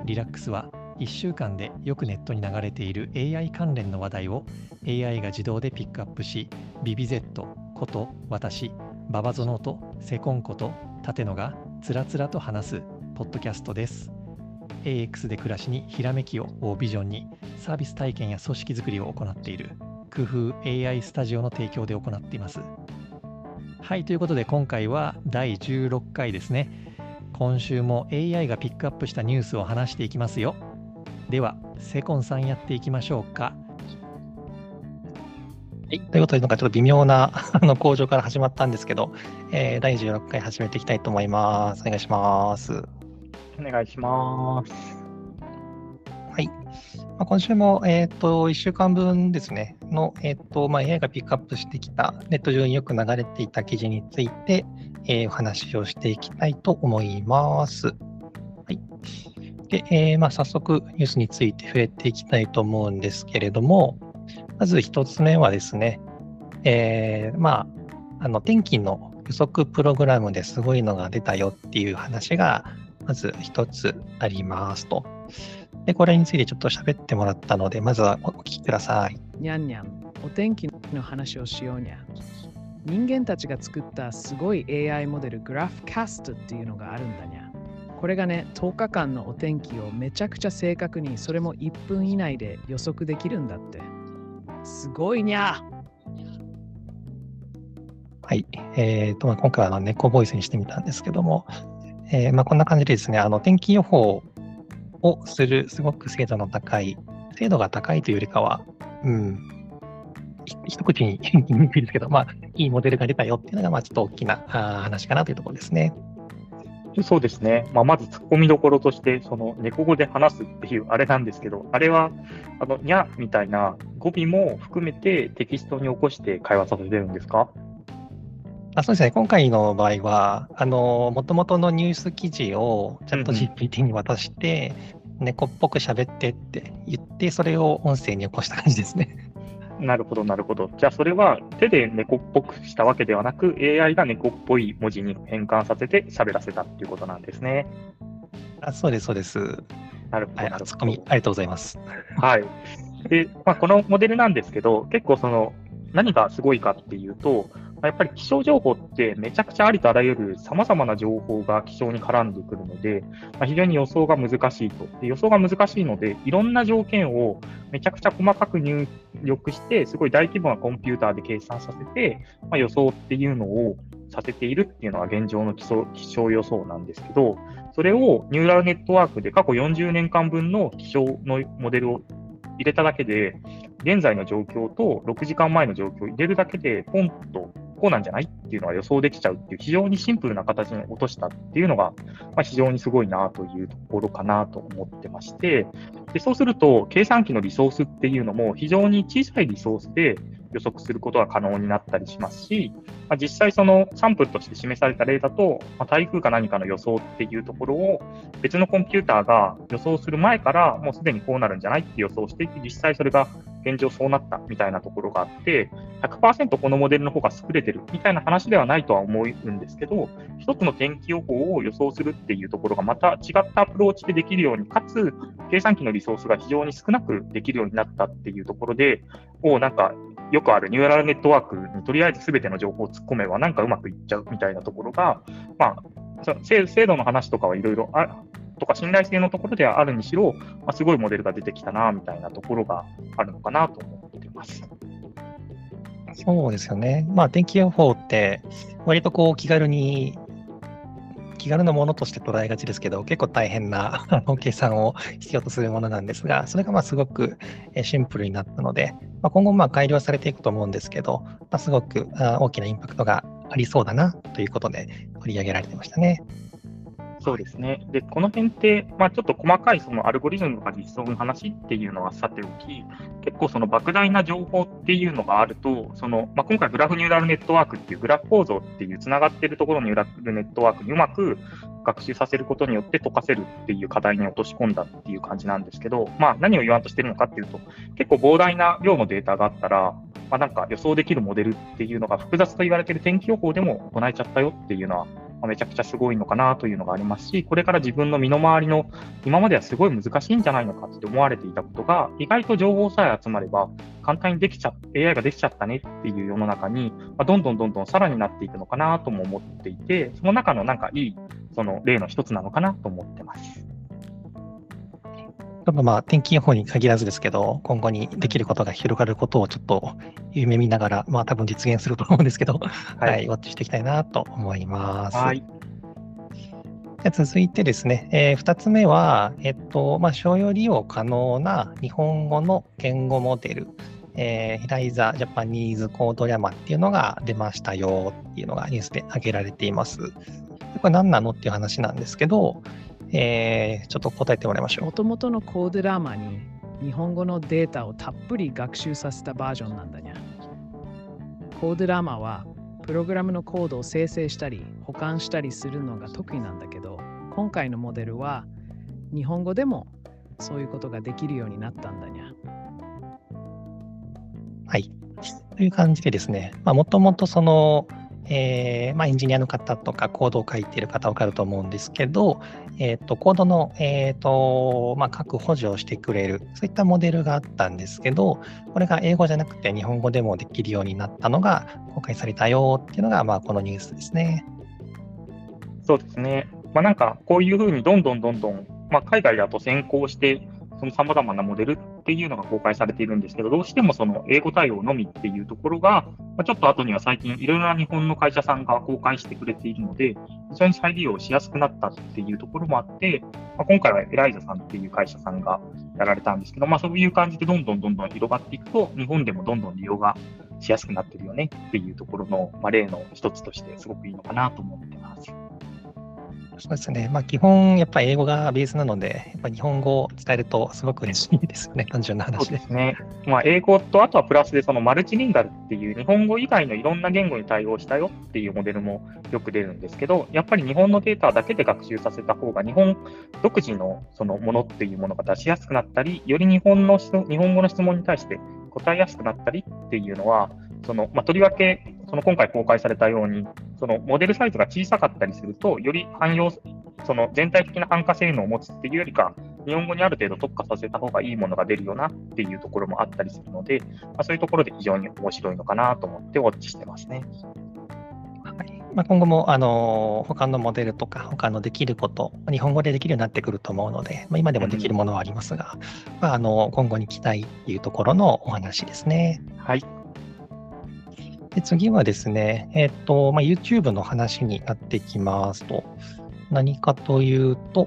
リラックスは1週間でよくネットに流れている AI 関連の話題を AI が自動でピックアップし、ビビ Z こと私、ババゾノとセコンこと立野がつらつらと話すポッドキャストです。AX で暮らしにひらめきをビジョンにサービス体験や組織づくりを行っている工夫 AI スタジオの提供で行っています。はい、ということで今回は第16回ですね。今週も AI がピックアップしたニュースを話していきますよ。では、セコンさんやっていきましょうか。 はい、ということで、ちょっと微妙な向上から始まったんですけど、第16回始めていきたいと思います。お願いします。 お願いします。 はい。今週も、1週間分ですね、の、AI がピックアップしてきた、ネット上によく流れていた記事について、お話をしていきたいと思います。はい。で、早速ニュースについて触れていきたいと思うんですけれども、まず一つ目はですね、天気の予測プログラムですごいのが出たよっていう話がまず一つありますと。で、これについてちょっと喋ってもらったので、まずはお聞きください。 にゃんにゃん、お天気の話をしようにゃ。人間たちが作ったすごい AI モデルグラフキャストっていうのがあるんだにゃ。これがね、10日間のお天気をめちゃくちゃ正確に、それも1分以内で予測できるんだって。すごいにゃ。 はい。今回は猫ボイスにしてみたんですけども、こんな感じでですね、天気予報をするすごく精度が高いというよりかは、一口に言いにくいですけど、いいモデルが出たよっていうのが、ちょっと大きな話かなというところですね。 そうですね。まず突っ込みどころとして、その猫語で話すっていうあれなんですけど、あれは、にゃみたいな語尾も含めてテキストに起こして会話させてるんですか？ そうですね。今回の場合は、もともとのニュース記事をチャット GPT に渡して、猫っぽく喋ってって言って、それを音声に起こした感じですね。 なるほど、なるほど。じゃあ、それは手で猫っぽくしたわけではなく、AI が猫っぽい文字に変換させて喋らせたっていうことなんですね。 そうです、そうです。 なるほど。 はい、ツッコミありがとうございます。 はい。で、このモデルなんですけど、結構何がすごいかっていうと、やっぱり気象情報ってめちゃくちゃありとあらゆる様々な情報が気象に絡んでくるので、非常に予想が難しいと。で、予想が難しいので、いろんな条件をめちゃくちゃ細かく入力して、すごい大規模なコンピューターで計算させて、予想っていうのをさせているっていうのが現状の気象予想なんですけど、それをニューラルネットワークで過去40年間分の気象のモデルを入れただけで、現在の状況と6時間前の状況を入れるだけで、ポンとこうなんじゃないっていうのが予想できちゃうっていう、非常にシンプルな形に落としたっていうのが、非常にすごいなというところかなと思ってまして、でそうすると、計算機のリソースっていうのも非常に小さいリソースで予測することが可能になったりしますし、実際そのサンプルとして示された例だと、台風か何かの予想っていうところを別のコンピューターが予想する前からもうすでにこうなるんじゃないって予想していて、実際それが現状そうなったみたいなところがあって、100% このモデルの方が優れてるみたいな話ではないとは思うんですけど、一つの天気予報を予想するっていうところがまた違ったアプローチでできるように、かつ計算機のリソースが非常に少なくできるようになったっていうところで、なんかよくあるニューラルネットワークにとりあえず全ての情報を突っ込めばなんかうまくいっちゃうみたいなところが、精度の話とかはいろいろとか信頼性のところではあるにしろ、すごいモデルが出てきたなみたいなところがあるのかなと思っています。 そうですよね。天気予報って割と気軽なものとして捉えがちですけど、結構大変な計算を必要とするものなんですが、それがすごくシンプルになったので、今後改良されていくと思うんですけど、すごく大きなインパクトがありそうだなということで取り上げられてましたね。 そうですね。で、この辺って、ちょっと細かいそのアルゴリズムとか実装の話っていうのはさておき、結構その莫大な情報っていうのがあると、今回グラフニューラルネットワークっていうグラフ構造っていうつながっているところのニューラルネットワークにうまく学習させることによって解かせるっていう課題に落とし込んだっていう感じなんですけど、何を言わんとしてるのかっていうと、結構膨大な量のデータがあったら、なんか予想できるモデルっていうのが複雑と言われている天気予報でも行えちゃったよっていうのはめちゃくちゃすごいのかなというのがありますし、これから自分の身の回りの今まではすごい難しいんじゃないのかって思われていたことが、意外と情報さえ集まれば簡単にAI ができちゃったねっていう世の中に、どんどんさらになっていくのかなとも思っていて、その中のなんかいいその例の一つなのかなと思ってます。 天気予報に限らずですけど、今後にできることが広がることをちょっと夢見ながら、多分実現すると思うんですけど、はい、ウォッチしていきたいなと思います。 はい。 じゃ続いてですね、2つ目は、商用利用可能な日本語の言語モデル、ヒライザ・ジャパニーズ・コード・リャマっていうのが出ましたよっていうのがニュースで挙げられています。これ何なのっていう話なんですけど、ちょっと答えてもらいましょう。 もともとのコードラマに日本語のデータをたっぷり学習させたバージョンなんだにゃ。コードラマはプログラムのコードを生成したり保管したりするのが得意なんだけど、今回のモデルは日本語でもそういうことができるようになったんだにゃ。 はい。という感じでですね、もともとそのエンジニアの方とかコードを書いている方は分かると思うんですけど、コードの、書く補助をしてくれる、そういったモデルがあったんですけど、これが英語じゃなくて日本語でもできるようになったのが公開されたよっていうのが、このニュースですね。 そうですね。なんかこういうふうにどんどん、海外だと先行して、その様々なモデルっていうのが公開されているんですけど、どうしてもその英語対応のみっていうところが、ちょっと後には最近いろいろな日本の会社さんが公開してくれているので、非常に再利用しやすくなったっていうところもあって、今回はエライザさんっていう会社さんがやられたんですけど、そういう感じでどんどん広がっていくと、日本でもどんどん利用がしやすくなってるよねっていうところの、例の一つとしてすごくいいのかなと思ってます。 そうですね。基本、やっぱり英語がベースなので、やっぱ日本語を使えるとすごく嬉しいですよね、単純な話で。 そうですね。英語と、あとはプラスでそのマルチリンガルっていう日本語以外のいろんな言語に対応したよっていうモデルもよく出るんですけど、やっぱり日本のデータだけで学習させた方が、日本独自のそのものっていうものが出しやすくなったり、より日本語の質問に対して答えやすくなったりっていうのは、とりわけ、今回公開されたように、モデルサイズが小さかったりすると、より全体的な汎化性能を持つっていうよりか、日本語にある程度特化させた方がいいものが出るよなっていうところもあったりするので、そういうところで非常に面白いのかなと思ってウォッチしてますね。 はい。今後も他のモデルとか他のできること、日本語でできるようになってくると思うので、今でもできるものはありますが、今後に期待っていうところのお話ですね。 はい。 で次はですね、YouTube の話になってきますと、何かというと、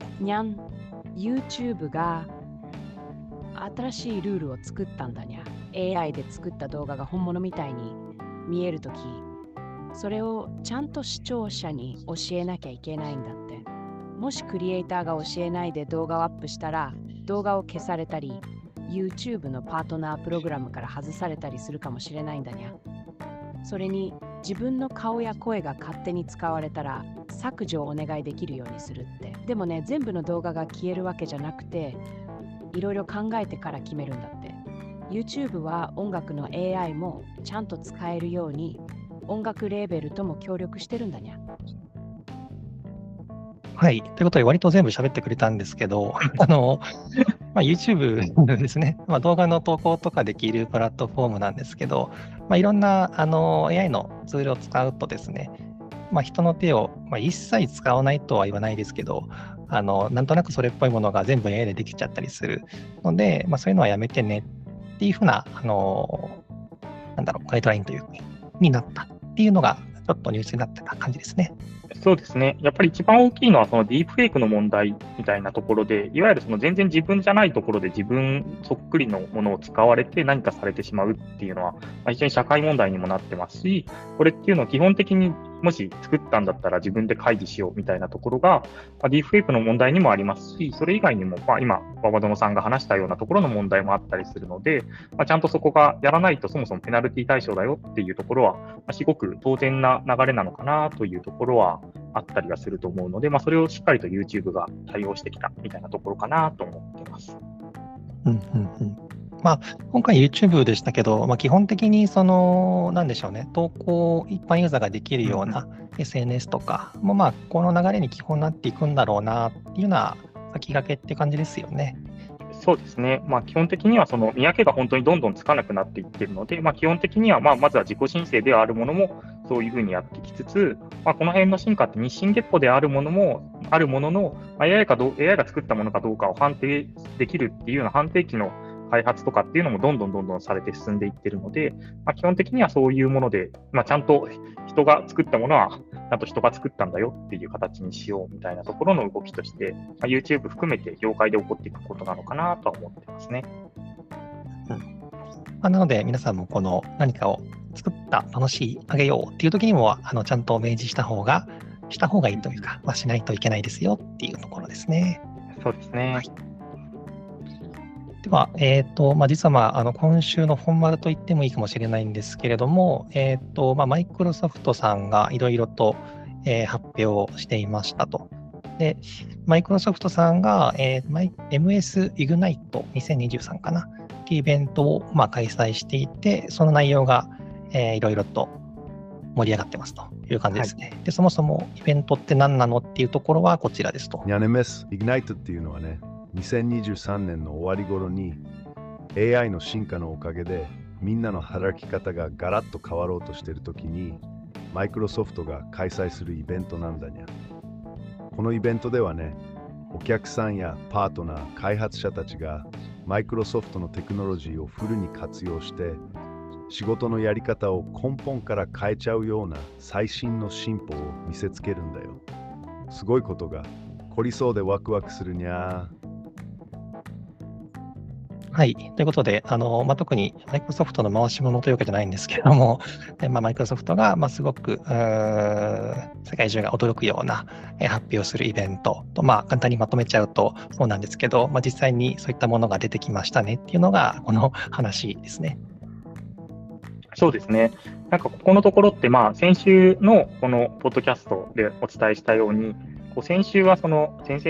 YouTube が新しいルールを作ったんだにゃ。AI で作った動画が本物みたいに見えるとき、それをちゃんと視聴者に教えなきゃいけないんだって。もしクリエイターが教えないで動画をアップしたら、動画を消されたり、YouTube のパートナープログラムから外されたりするかもしれないんだにゃ。それに自分の顔や声が勝手に使われたら削除をお願いできるようにするって。でもね、全部の動画が消えるわけじゃなくて、いろいろ考えてから決めるんだって。YouTube は音楽の AI もちゃんと使えるように音楽レーベルとも協力してるんだにゃ。 はい。ということで、割と全部喋ってくれたんですけど、YouTube ですね、動画の投稿とかできるプラットフォームなんですけど、いろんなAI のツールを使うとですね、人の手を、一切使わないとは言わないですけど、なんとなくそれっぽいものが全部 AI でできちゃったりするので、そういうのはやめてねっていうふうな、ガイドラインというか、になったっていうのが、ちょっとニュースになってた感じですね。 そうですね。やっぱり一番大きいのはそのディープフェイクの問題みたいなところで、いわゆるその全然自分じゃないところで自分そっくりのものを使われて何かされてしまうっていうのは、非常に社会問題にもなってますし、これっていうのは基本的にもし作ったんだったら自分で開示しようみたいなところが、ディープフェイクの問題にもありますし、それ以外にも、今、馬場園さんが話したようなところの問題もあったりするので、ちゃんとそこがやらないとそもそもペナルティ対象だよっていうところは、すごく当然な流れなのかなというところはあったりはすると思うので、それをしっかりと YouTube が対応してきたみたいなところかなと思っています。 今回 YouTube でしたけど、基本的になんでしょうね、投稿一般ユーザーができるような SNS とかも、この流れに基本になっていくんだろうなっていうような先駆けって感じですよね。 そうですね。基本的にはその見分けが本当にどんどんつかなくなっていっているので、基本的にはまずは自己申請ではあるものもそういうふうにやってきつつ、この辺の進化って日進月歩であるものの、AI が作ったものかどうかを判定できるっていうような判定機の開発とかっていうのもどんどんされて進んでいっているので、基本的にはそういうもので、ちゃんと人が作ったものは、ちゃんと人が作ったんだよっていう形にしようみたいなところの動きとして、YouTube 含めて業界で起こっていくことなのかなとは思ってますね。 なので皆さんもこの何かを作った楽しいあげようっていう時にもちゃんと明示した方がいいというか、しないといけないですよっていうところですね。 そうですね。 はい。では、実は今週の本丸と言ってもいいかもしれないんですけれども、マイクロソフトさんがいろいろと、発表をしていましたと。で、マイクロソフトさんが、MS Ignite 2023かなっていうイベントを、開催していて、その内容が、いろいろと盛り上がってますという感じですね。で、そもそもイベントって何なのっていうところはこちらですと。 MS Ignite っていうのはね、2023年の終わり頃に AI の進化のおかげでみんなの働き方がガラッと変わろうとしているときにマイクロソフトが開催するイベントなんだにゃ。このイベントではね、お客さんやパートナー、開発者たちがマイクロソフトのテクノロジーをフルに活用して仕事のやり方を根本から変えちゃうような最新の進歩を見せつけるんだよ。すごいことが起こりそうでワクワクするにゃ。 はい。ということで、特にマイクロソフトの回し物というわけじゃないんですけれども、マイクロソフトが、すごく世界中が驚くような発表するイベントと、簡単にまとめちゃうとそうなんですけど、実際にそういったものが出てきましたねっていうのが、この話ですね。 そうですね。なんかここのところって、先週のこのポッドキャストでお伝えしたように、先週は先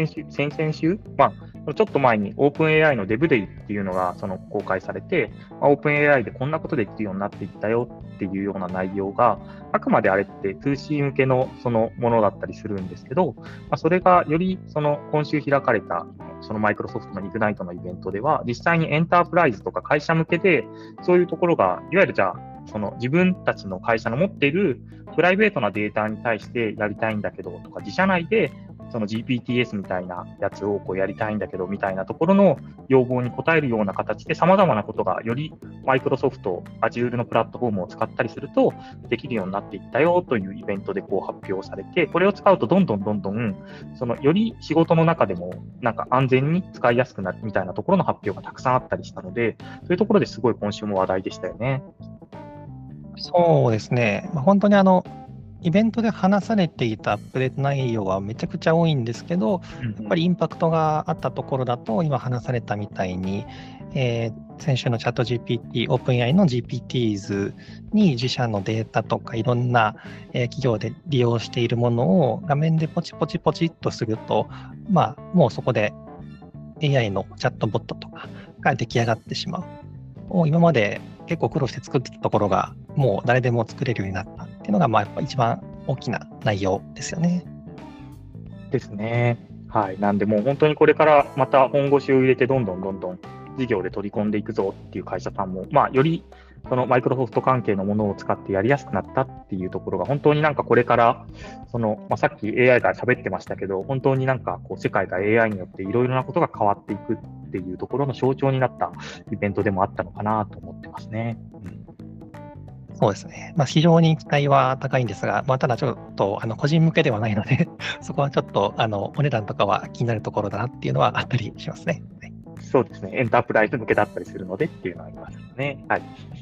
々週、ちょっと前に OpenAI の DevDay っていうのが公開されて、OpenAI でこんなことできるようになっていったよっていうような内容が、あくまであれって 2C 向けのものだったりするんですけど、それがより今週開かれたマイクロソフトの Ignite のイベントでは、実際にエンタープライズとか会社向けで、そういうところが、いわゆるじゃあ、自分たちの会社の持っているプライベートなデータに対してやりたいんだけどとか、自社内でGPTs みたいなやつをやりたいんだけどみたいなところの要望に応えるような形で様々なことがよりマイクロソフト、Azure のプラットフォームを使ったりするとできるようになっていったよというイベントで発表されて、これを使うとどんどんより仕事の中でもなんか安全に使いやすくなるみたいなところの発表がたくさんあったりしたので、そういうところですごい今週も話題でしたよね。 そうですね。本当にイベントで話されていたアップデート内容はめちゃくちゃ多いんですけど、やっぱりインパクトがあったところだと、今話されたみたいに、先週のチャット GPT、OpenAI の GPTs に自社のデータとかいろんな企業で利用しているものを画面でポチッとすると、もうそこで AI のチャットボットとかが出来上がってしまう。今まで結構苦労して作ってたところが、もう誰でも作れるようになったっていうのが、やっぱ一番大きな内容ですよね。 ですね。はい。なんで、もう本当にこれからまた本腰を入れて、どんどん事業で取り込んでいくぞっていう会社さんも、よりマイクロソフト関係のものを使ってやりやすくなったっていうところが、本当になんかこれからさっき AI が喋ってましたけど、本当になんか世界が AI によっていろいろなことが変わっていくっていうところの象徴になったイベントでもあったのかなと思ってますね。 そうですね。非常に期待は高いんですが、ただちょっと個人向けではないので、そこはちょっとお値段とかは気になるところだなっていうのはあったりしますね。はい、 そうですね。エンタープライズ向けだったりするのでっていうのはありますね。はい。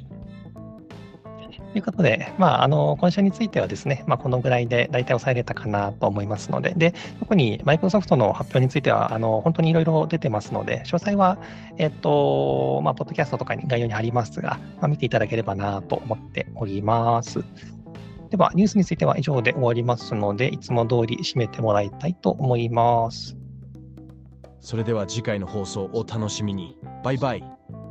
ということで、今週についてはですね、このぐらいで大体抑えれたかなと思いますので、特にマイクロソフトの発表については、本当にいろいろ出てますので、詳細は、ポッドキャストとかに概要にありますが、見ていただければなと思っております。では、ニュースについては以上で終わりますので、いつも通り締めてもらいたいと思います。 それでは次回の放送をお楽しみに。バイバイ。